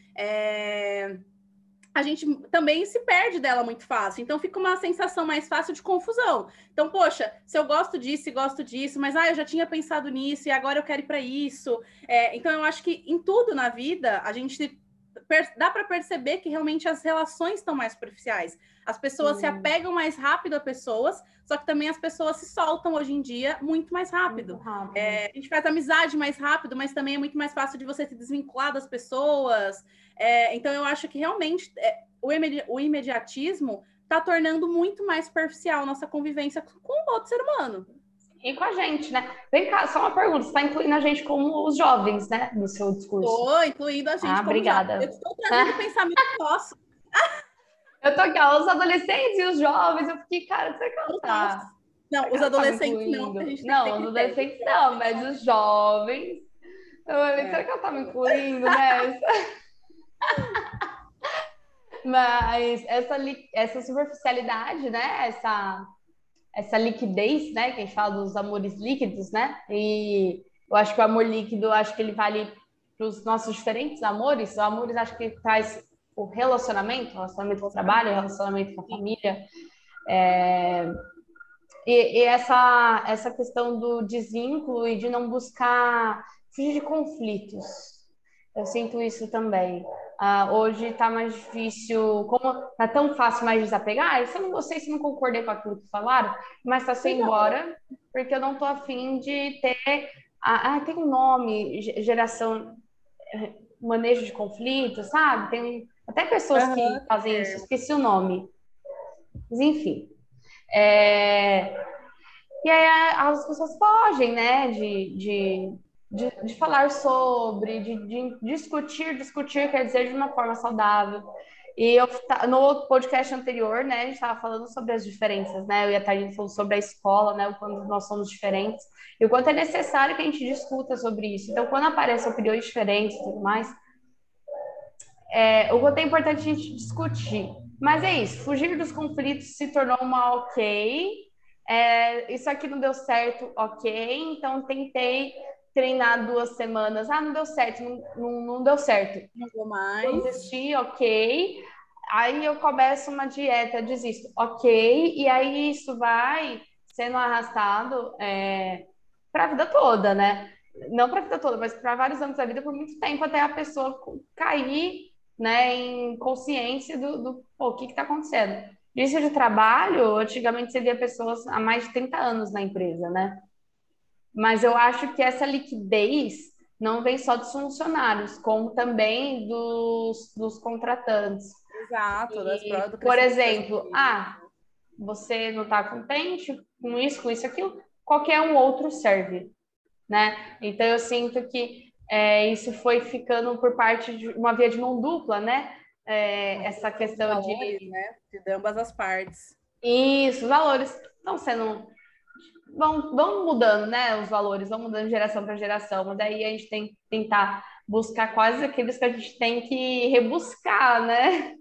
a gente também se perde dela muito fácil. Então, fica uma sensação mais fácil de confusão. Então, poxa, se eu gosto disso e gosto disso, mas eu já tinha pensado nisso e agora eu quero ir para isso. Então, eu acho que em tudo na vida, a gente dá para perceber que realmente as relações estão mais superficiais. As pessoas se apegam mais rápido a pessoas, só que também as pessoas se soltam hoje em dia muito mais rápido. Muito rápido. A gente faz amizade mais rápido, mas também é muito mais fácil de você se desvincular das pessoas. Então, eu acho que realmente o imediatismo está tornando muito mais superficial nossa convivência com o outro ser humano. E com a gente, né? Vem cá, só uma pergunta. Você está incluindo a gente como os jovens, né? No seu discurso. Estou incluindo a gente como obrigada. jovens. Eu estou trazendo pensamento nosso. Eu tô aqui, ó, os adolescentes e os jovens. Eu fiquei, cara, será que ela tá... Não, os adolescentes não. A gente não, os adolescentes não, mas os jovens. Eu falei, será que ela tá me incluindo nessa? Mas essa superficialidade, né? Essa liquidez, né? Que a gente fala dos amores líquidos, né? E eu acho que o amor líquido, acho que ele vale para os nossos diferentes amores. O amores acho que traz o relacionamento com o trabalho, o relacionamento com a família. E essa questão do desvínculo e de não buscar fugir de conflitos. Eu sinto isso também. Hoje está mais difícil, como está tão fácil mais desapegar, eu não gostei, se não concordei com aquilo que falaram, mas está sem embora, porque eu não estou afim de ter... tem um nome, geração, manejo de conflitos, sabe? Tem até pessoas que fazem isso, esqueci o nome. Mas enfim. E aí as pessoas fogem, né, de falar sobre, de discutir quer dizer de uma forma saudável. E no outro podcast anterior, né, a gente estava falando sobre as diferenças, né, eu e a Thaís falou sobre a escola, né, o quanto nós somos diferentes, e o quanto é necessário que a gente discuta sobre isso. Então, quando aparecem opiniões diferentes e tudo mais, o quanto é importante a gente discutir. Mas é isso, fugir dos conflitos se tornou uma ok, isso aqui não deu certo, ok, então tentei treinar 2 semanas, não deu certo, não deu certo. Não vou mais. Eu desisti, ok. Aí eu começo uma dieta, desisto, ok, e aí isso vai sendo arrastado para a vida toda, né? Não para a vida toda, mas para vários anos da vida, por muito tempo, até a pessoa cair, né, em consciência do o que está acontecendo. Visto de trabalho, antigamente você via pessoas há mais de 30 anos na empresa, né? Mas eu acho que essa liquidez não vem só dos funcionários, como também dos contratantes. Exato, do Por crescimento das exemplo, empresas. você não está contente com isso, aquilo, qualquer um outro serve, né? Então eu sinto que isso foi ficando por parte de uma via de mão dupla, né? Essa Os questão valores, de né, de ambas as partes. isso, os valores estão sendo vão mudando, né? Os valores vão mudando de geração para geração, mas daí a gente tem que tentar buscar quase aqueles que a gente tem que rebuscar, né?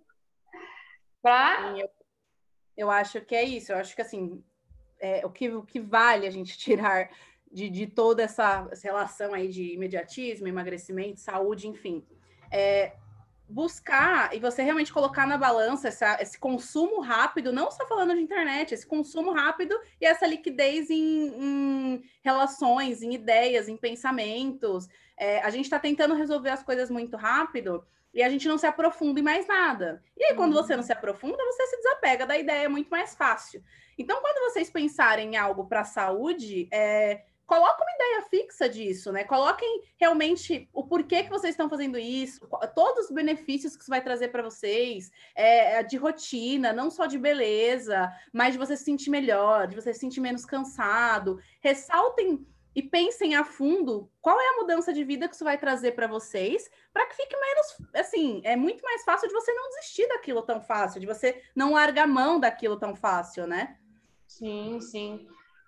Para Sim, eu acho que é isso. Eu acho que assim, o que vale a gente tirar de toda essa relação aí de imediatismo, emagrecimento, saúde, enfim, é buscar e você realmente colocar na balança esse consumo rápido, não só falando de internet, esse consumo rápido e essa liquidez em relações, em ideias, em pensamentos. A gente está tentando resolver as coisas muito rápido e a gente não se aprofunda em mais nada. E aí, quando você não se aprofunda, você se desapega da ideia muito mais fácil. Então, quando vocês pensarem em algo para a saúde, coloca uma ideia fixa disso, né? Coloquem realmente o porquê que vocês estão fazendo isso, todos os benefícios que isso vai trazer para vocês, de rotina, não só de beleza, mas de você se sentir melhor, de você se sentir menos cansado. Ressaltem e pensem a fundo qual é a mudança de vida que isso vai trazer para vocês, para que fique menos, assim, é muito mais fácil de você não desistir daquilo tão fácil, de você não largar mão daquilo tão fácil, né? sim, sim.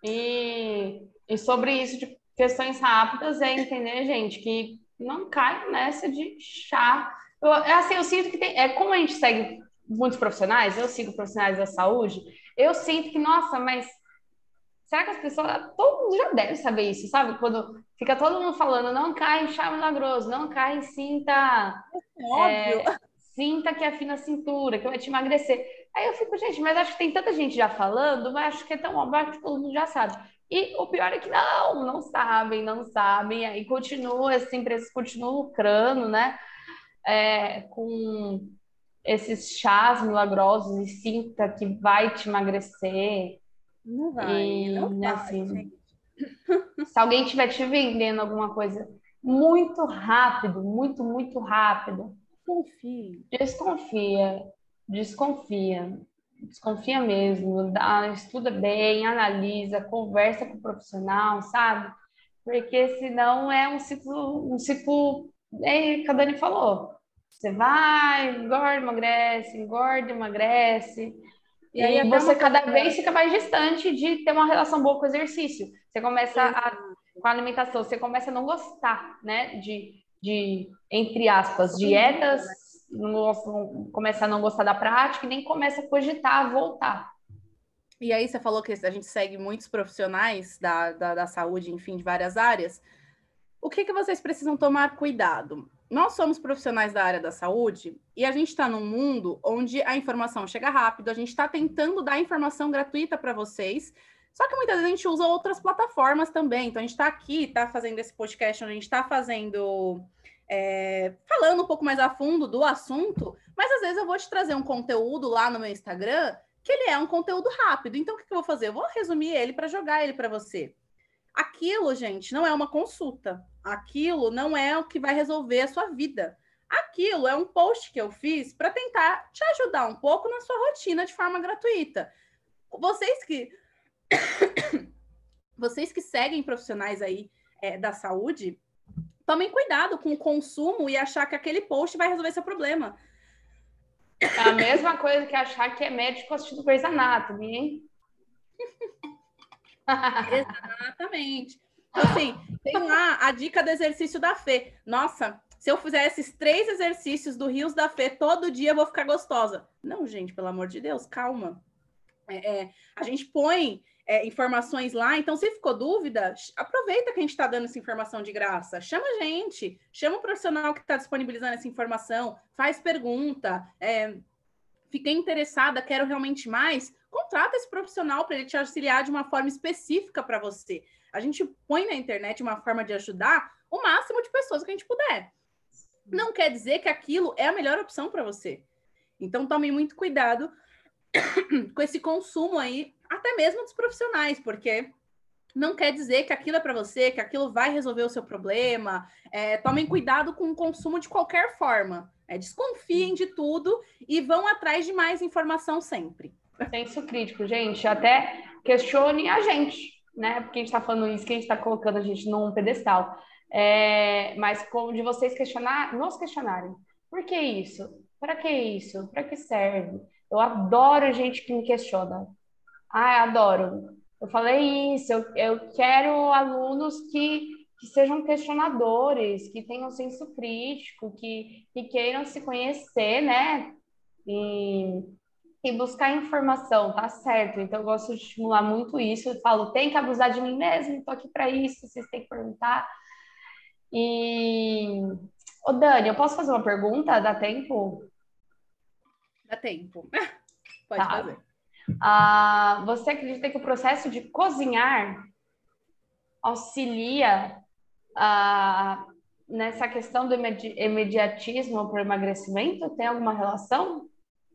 E sobre isso de questões rápidas é entender, gente, que não cai nessa de chá. Assim, eu sinto que tem. Como a gente segue muitos profissionais, eu sigo profissionais da saúde, eu sinto que, nossa, mas será que as pessoas. Todo mundo já deve saber isso, sabe? Quando fica todo mundo falando, não cai em chá milagroso, não cai em cinta. É óbvio. Sinta que afina a cintura, que vai te emagrecer. Aí eu fico, gente, mas acho que tem tanta gente já falando, mas acho que é tão óbvio que todo mundo já sabe. E o pior é que não sabem, não sabem. Aí continua, essas empresas continuam lucrando, né? Com esses chás milagrosos e sinta que vai te emagrecer. Não vai, não E vai, assim, gente. se alguém estiver te vendendo alguma coisa muito rápido, muito rápido, Confie. desconfia, desconfia, desconfia mesmo, estuda bem, analisa, conversa com o profissional, sabe? Porque senão é um ciclo, que a Dani falou. Você vai, engorda, emagrece, E aí e até você uma coisa cada vez fica mais distante de ter uma relação boa com o exercício. Você começa exato. com a alimentação, você começa a não gostar, né? Entre aspas, Sem dúvida, dietas, né? começa a não gostar da prática e nem começa a cogitar voltar. E aí você falou que a gente segue muitos profissionais da saúde, enfim, de várias áreas. O que vocês precisam tomar cuidado? Nós somos profissionais da área da saúde e a gente está num mundo onde a informação chega rápido, a gente está tentando dar informação gratuita para vocês, só que muitas vezes a gente usa outras plataformas também. Então a gente está aqui, está fazendo esse podcast onde a gente está fazendo, falando um pouco mais a fundo do assunto, mas às vezes eu vou te trazer um conteúdo lá no meu Instagram que ele é um conteúdo rápido. Então o que eu vou fazer? Eu vou resumir ele para jogar ele para você. Aquilo, gente, não é uma consulta. Aquilo não é o que vai resolver a sua vida. Aquilo é um post que eu fiz para tentar te ajudar um pouco na sua rotina de forma gratuita. Vocês que vocês que seguem profissionais aí da saúde, tomem cuidado com o consumo e achar que aquele post vai resolver seu problema. É a mesma coisa que achar que é médico assistindo Grey's Anatomy, hein? Exatamente. Então, assim, tem lá a dica do exercício da Fê. Nossa, se eu fizer esses 3 exercícios do Rios da Fê todo dia, eu vou ficar gostosa. Não, gente, pelo amor de Deus, calma. A gente põe informações lá, então se ficou dúvida, aproveita que a gente está dando essa informação de graça. Chama a gente, chama o profissional que está disponibilizando essa informação, faz pergunta, fiquei interessada, quero realmente mais, contrata esse profissional para ele te auxiliar de uma forma específica para você. A gente põe na internet uma forma de ajudar o máximo de pessoas que a gente puder. Não quer dizer que aquilo é a melhor opção para você. Então, tome muito cuidado com esse consumo aí, até mesmo dos profissionais, porque não quer dizer que aquilo é para você, que aquilo vai resolver o seu problema. Tomem cuidado com o consumo de qualquer forma. Desconfiem de tudo e vão atrás de mais informação sempre. Senso crítico, gente. Até questione a gente, né? Porque a gente está falando isso, que a gente está colocando a gente num pedestal. Mas como de vocês nos questionarem. Por que isso? Para que isso? Para que serve? Eu adoro gente que me questiona. Ah, adoro. Eu falei isso, eu quero alunos que sejam questionadores, que tenham senso crítico, que queiram se conhecer, né? E, e buscar informação, tá certo. Então, eu gosto de estimular muito isso. Eu falo, tem que abusar de mim mesmo, tô aqui para isso, vocês têm que perguntar. E, ô Dani, eu posso fazer uma pergunta? Dá tempo? Dá tempo. Pode Tá. fazer. Você acredita que o processo de cozinhar auxilia nessa questão do imediatismo para o emagrecimento? Tem alguma relação?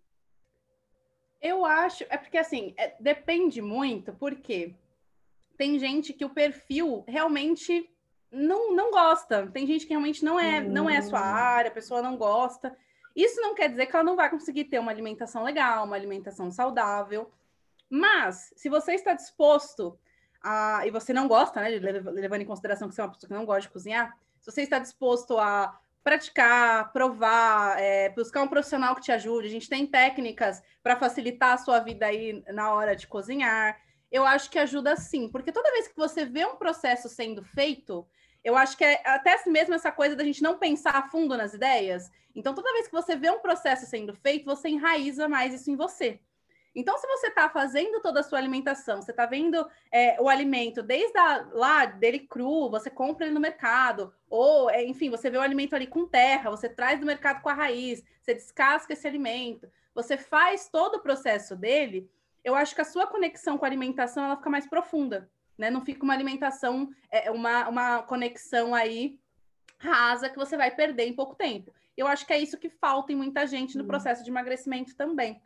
Eu acho, porque assim, depende muito, porque tem gente que o perfil realmente não gosta, tem gente que realmente não é a sua área, a pessoa não gosta. Isso não quer dizer que ela não vai conseguir ter uma alimentação legal, uma alimentação saudável. Mas, se você está disposto e você não gosta, né, levando em consideração que você é uma pessoa que não gosta de cozinhar, se você está disposto a praticar, provar, buscar um profissional que te ajude, a gente tem técnicas para facilitar a sua vida aí na hora de cozinhar, eu acho que ajuda sim, porque toda vez que você vê um processo sendo feito, eu acho que é até mesmo essa coisa da gente não pensar a fundo nas ideias. Então, toda vez que você vê um processo sendo feito, você enraiza mais isso em você. Então, se você está fazendo toda a sua alimentação, você está vendo o alimento desde lá dele cru, você compra ele no mercado, ou, enfim, você vê o alimento ali com terra, você traz do mercado com a raiz, você descasca esse alimento, você faz todo o processo dele, eu acho que a sua conexão com a alimentação ela fica mais profunda, né? Não fica uma alimentação, uma conexão aí rasa que você vai perder em pouco tempo. Eu acho que é isso que falta em muita gente no processo de emagrecimento também.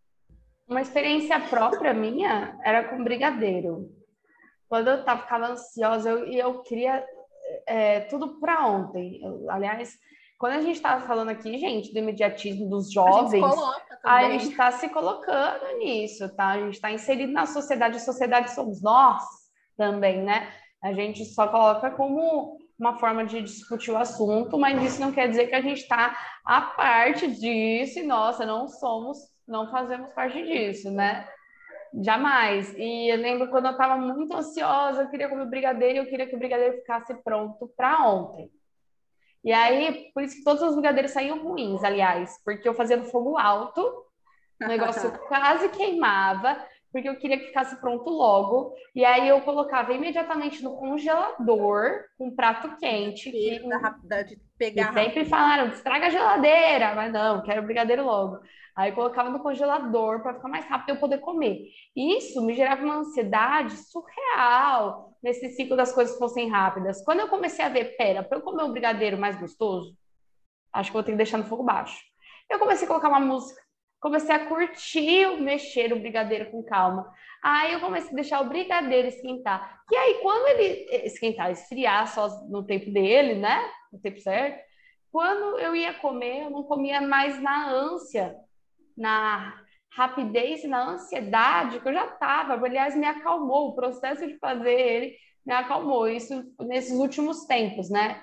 Uma experiência própria minha era com brigadeiro. Quando eu ficava ansiosa, eu queria tudo para ontem. Aliás, quando a gente estava falando aqui, gente, do imediatismo dos jovens, a gente está se colocando nisso, tá? A gente está inserido na sociedade, a sociedade somos nós também, né? A gente só coloca como uma forma de discutir o assunto, mas isso não quer dizer que a gente está à parte disso e, nossa, não fazemos parte disso, né? Jamais. E eu lembro quando eu estava muito ansiosa, eu queria comer brigadeiro e eu queria que o brigadeiro ficasse pronto para ontem. E aí, por isso que todos os brigadeiros saíam ruins, aliás, porque eu fazia no fogo alto, o negócio quase queimava, porque eu queria que ficasse pronto logo. E aí eu colocava imediatamente no congelador um prato quente. De pegar e sempre falaram, estraga a geladeira, mas não, quero brigadeiro logo. Aí eu colocava no congelador para ficar mais rápido eu poder comer. Isso me gerava uma ansiedade surreal nesse ciclo das coisas fossem rápidas. Quando eu comecei a ver, pera, para eu comer um brigadeiro mais gostoso, acho que eu vou ter que deixar no fogo baixo. Eu comecei a colocar uma música, comecei a curtir mexer o brigadeiro com calma. Aí eu comecei a deixar o brigadeiro esquentar. E aí, quando ele esquentar, esfriar só no tempo dele, né? No tempo certo. Quando eu ia comer, eu não comia mais na ânsia, na rapidez e na ansiedade que eu já estava. Aliás, me acalmou. O processo de fazer ele me acalmou. Isso nesses últimos tempos, né?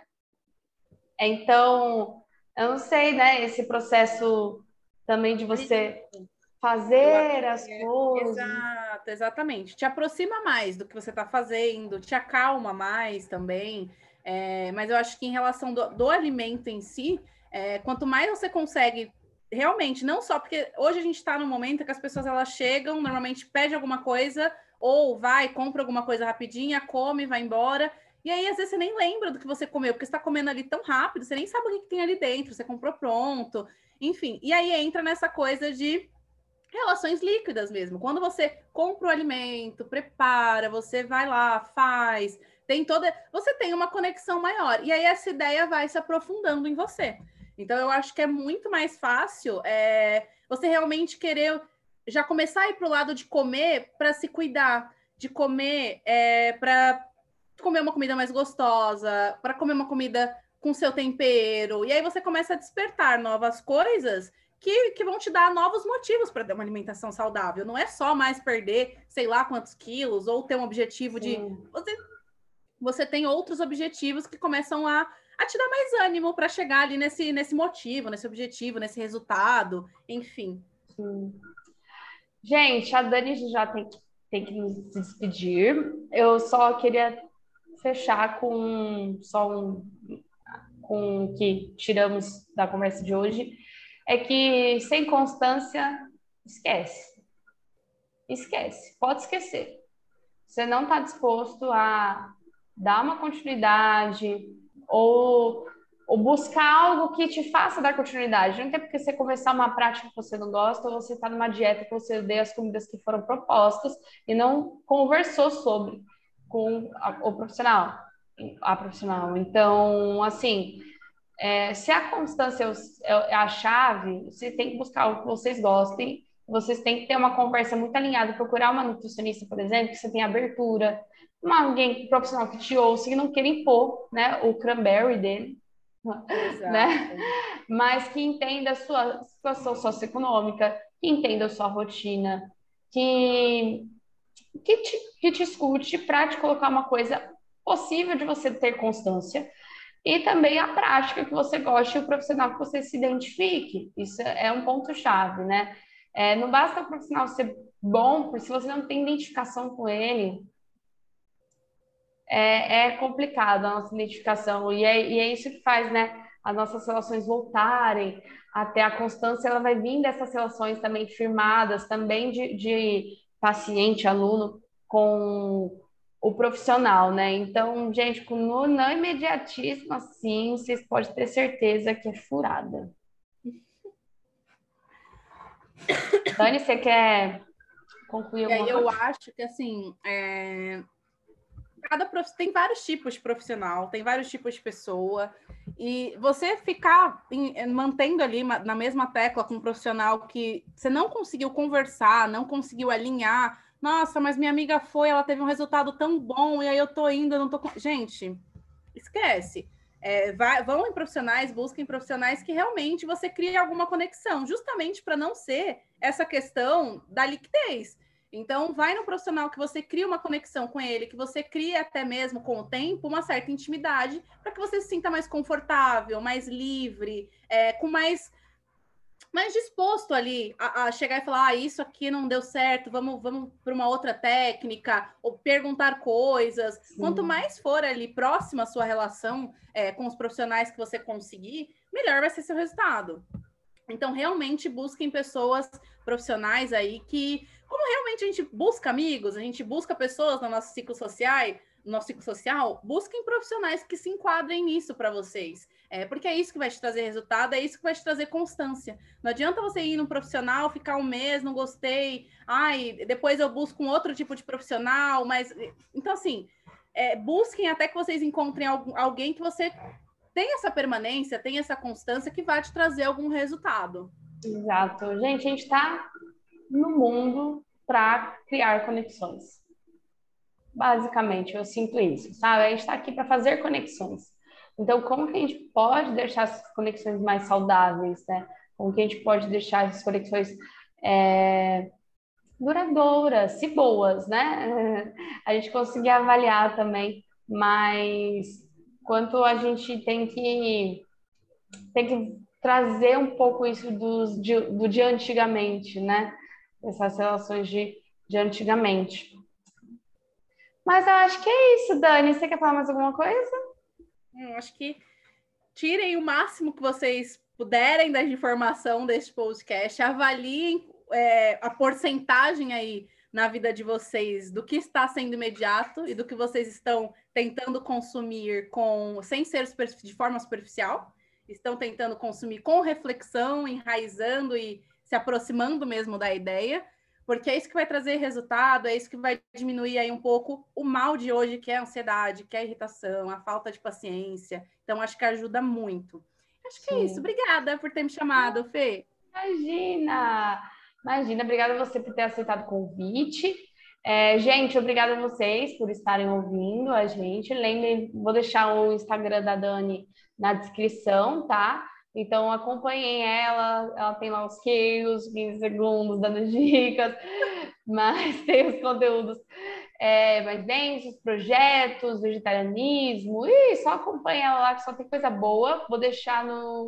Então, eu não sei, né? Esse processo também de você fazer as coisas. Exato, exatamente. Te aproxima mais do que você está fazendo, te acalma mais também. Mas eu acho que em relação do alimento em si, quanto mais você consegue realmente, não só porque hoje a gente está no momento que as pessoas elas chegam, normalmente pede alguma coisa, ou vai, compra alguma coisa rapidinha, come, vai embora. E aí, às vezes, você nem lembra do que você comeu, porque você está comendo ali tão rápido, você nem sabe o que tem ali dentro, você comprou pronto, enfim. E aí entra nessa coisa de relações líquidas mesmo. Quando você compra o alimento, prepara, você vai lá, faz, você tem uma conexão maior. E aí essa ideia vai se aprofundando em você. Então eu acho que é muito mais fácil você realmente querer já começar a ir para o lado de comer para se cuidar, de comer para comer uma comida mais gostosa, para comer uma comida com seu tempero. E aí você começa a despertar novas coisas que vão te dar novos motivos para ter uma alimentação saudável. Não é só mais perder, sei lá quantos quilos, ou ter um objetivo de... Você tem outros objetivos que começam a te dar mais ânimo para chegar ali nesse motivo, nesse objetivo, nesse resultado, enfim. Sim. Gente, a Dani já tem que nos despedir. Eu só queria fechar com o que tiramos da conversa de hoje, é que sem constância, esquece. Esquece, pode esquecer. Você não está disposto a dar uma continuidade ou buscar algo que te faça dar continuidade. Não tem porque você começar uma prática que você não gosta ou você está numa dieta que você odeia as comidas que foram propostas e não conversou sobre com o profissional, a profissional. Então, assim, se a constância é a chave, você tem que buscar o que vocês gostem, vocês têm que ter uma conversa muito alinhada, procurar uma nutricionista, por exemplo, que você tenha abertura, alguém profissional que te ouça, que não queira impor, né, o cranberry dele, Exato. né? Mas que entenda a sua situação socioeconômica, que entenda a sua rotina, que te escute para te colocar uma coisa possível de você ter constância e também a prática que você goste e o profissional que você se identifique. Isso é um ponto-chave, né? Não basta o profissional ser bom, porque se você não tem identificação com ele, é complicado a nossa identificação. E é isso que faz, né, as nossas relações voltarem até a constância. Ela vai vir dessas relações também firmadas, também de paciente, aluno, com o profissional, né? Então, gente, no não imediatismo, assim, vocês podem ter certeza que é furada. Dani, você quer concluir alguma Eu coisa? acho que, assim, tem vários tipos de profissional, tem vários tipos de pessoa, e você ficar mantendo ali na mesma tecla com um profissional que você não conseguiu conversar, não conseguiu alinhar, nossa, mas minha amiga foi, ela teve um resultado tão bom, e aí eu tô indo, eu não tô... Gente, esquece. Vão em profissionais, busquem profissionais que realmente você crie alguma conexão, justamente para não ser essa questão da liquidez. Então, vai no profissional que você cria uma conexão com ele, que você cria até mesmo com o tempo uma certa intimidade, para que você se sinta mais confortável, mais livre, com mais disposto ali a chegar e falar, isso aqui não deu certo, vamos para uma outra técnica, ou perguntar coisas. Sim. Quanto mais for ali próxima a sua relação com os profissionais que você conseguir, melhor vai ser seu resultado. Então, realmente busquem pessoas profissionais aí que, como realmente a gente busca amigos, a gente busca pessoas no nosso ciclo social, busquem profissionais que se enquadrem nisso para vocês. Porque é isso que vai te trazer resultado, é isso que vai te trazer constância. Não adianta você ir num profissional, ficar um mês, não gostei, depois eu busco um outro tipo de profissional, mas... Então, assim, busquem até que vocês encontrem alguém que você tem essa permanência, tem essa constância que vai te trazer algum resultado. Exato. Gente, a gente está no mundo para criar conexões. Basicamente, eu sinto isso, sabe? A gente está aqui para fazer conexões. Então, como que a gente pode deixar essas conexões mais saudáveis, né? Como que a gente pode deixar essas conexões duradouras, se boas, né? A gente conseguir avaliar também, mas quanto a gente tem que trazer um pouco isso do de antigamente, né? Essas relações de antigamente. Mas eu acho que é isso, Dani. Você quer falar mais alguma coisa? Acho que tirem o máximo que vocês puderem da informação deste podcast, avaliem a porcentagem aí na vida de vocês do que está sendo imediato e do que vocês estão tentando consumir sem ser de forma superficial, estão tentando consumir com reflexão, enraizando e se aproximando mesmo da ideia, porque é isso que vai trazer resultado, é isso que vai diminuir aí um pouco o mal de hoje, que é a ansiedade, que é a irritação, a falta de paciência. Então, acho que ajuda muito. Acho que é isso. Obrigada por ter me chamado, Fê. Imagina! Imagina, obrigada a você por ter aceitado o convite. Gente, obrigada a vocês por estarem ouvindo a gente. Lembrem, vou deixar o Instagram da Dani na descrição, tá? Então acompanhem ela tem lá os quilos, 15 segundos, dando dicas, mas tem os conteúdos mais densos, projetos, vegetarianismo, e só acompanha ela lá que só tem coisa boa. Vou deixar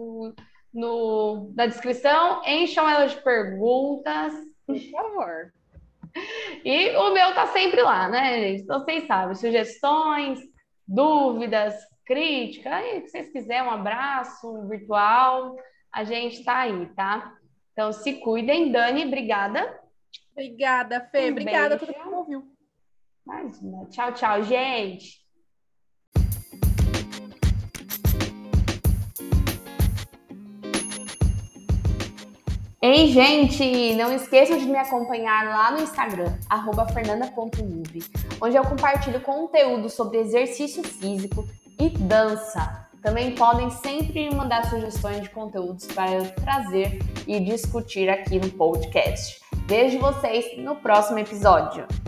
na descrição, encham ela de perguntas. Por favor. E o meu tá sempre lá, né, gente? Então, vocês sabem, sugestões, dúvidas, crítica, aí, se vocês quiserem um abraço virtual, a gente tá aí, tá? Então, se cuidem. Dani, obrigada. Obrigada, Fê. Obrigada a Beijo. todo mundo que ouviu. Imagina. Tchau, tchau, gente. Ei, gente, não esqueçam de me acompanhar lá no Instagram, @fernanda.uve, onde eu compartilho conteúdo sobre exercício físico e dança. Também podem sempre me mandar sugestões de conteúdos para eu trazer e discutir aqui no podcast. Vejo vocês no próximo episódio.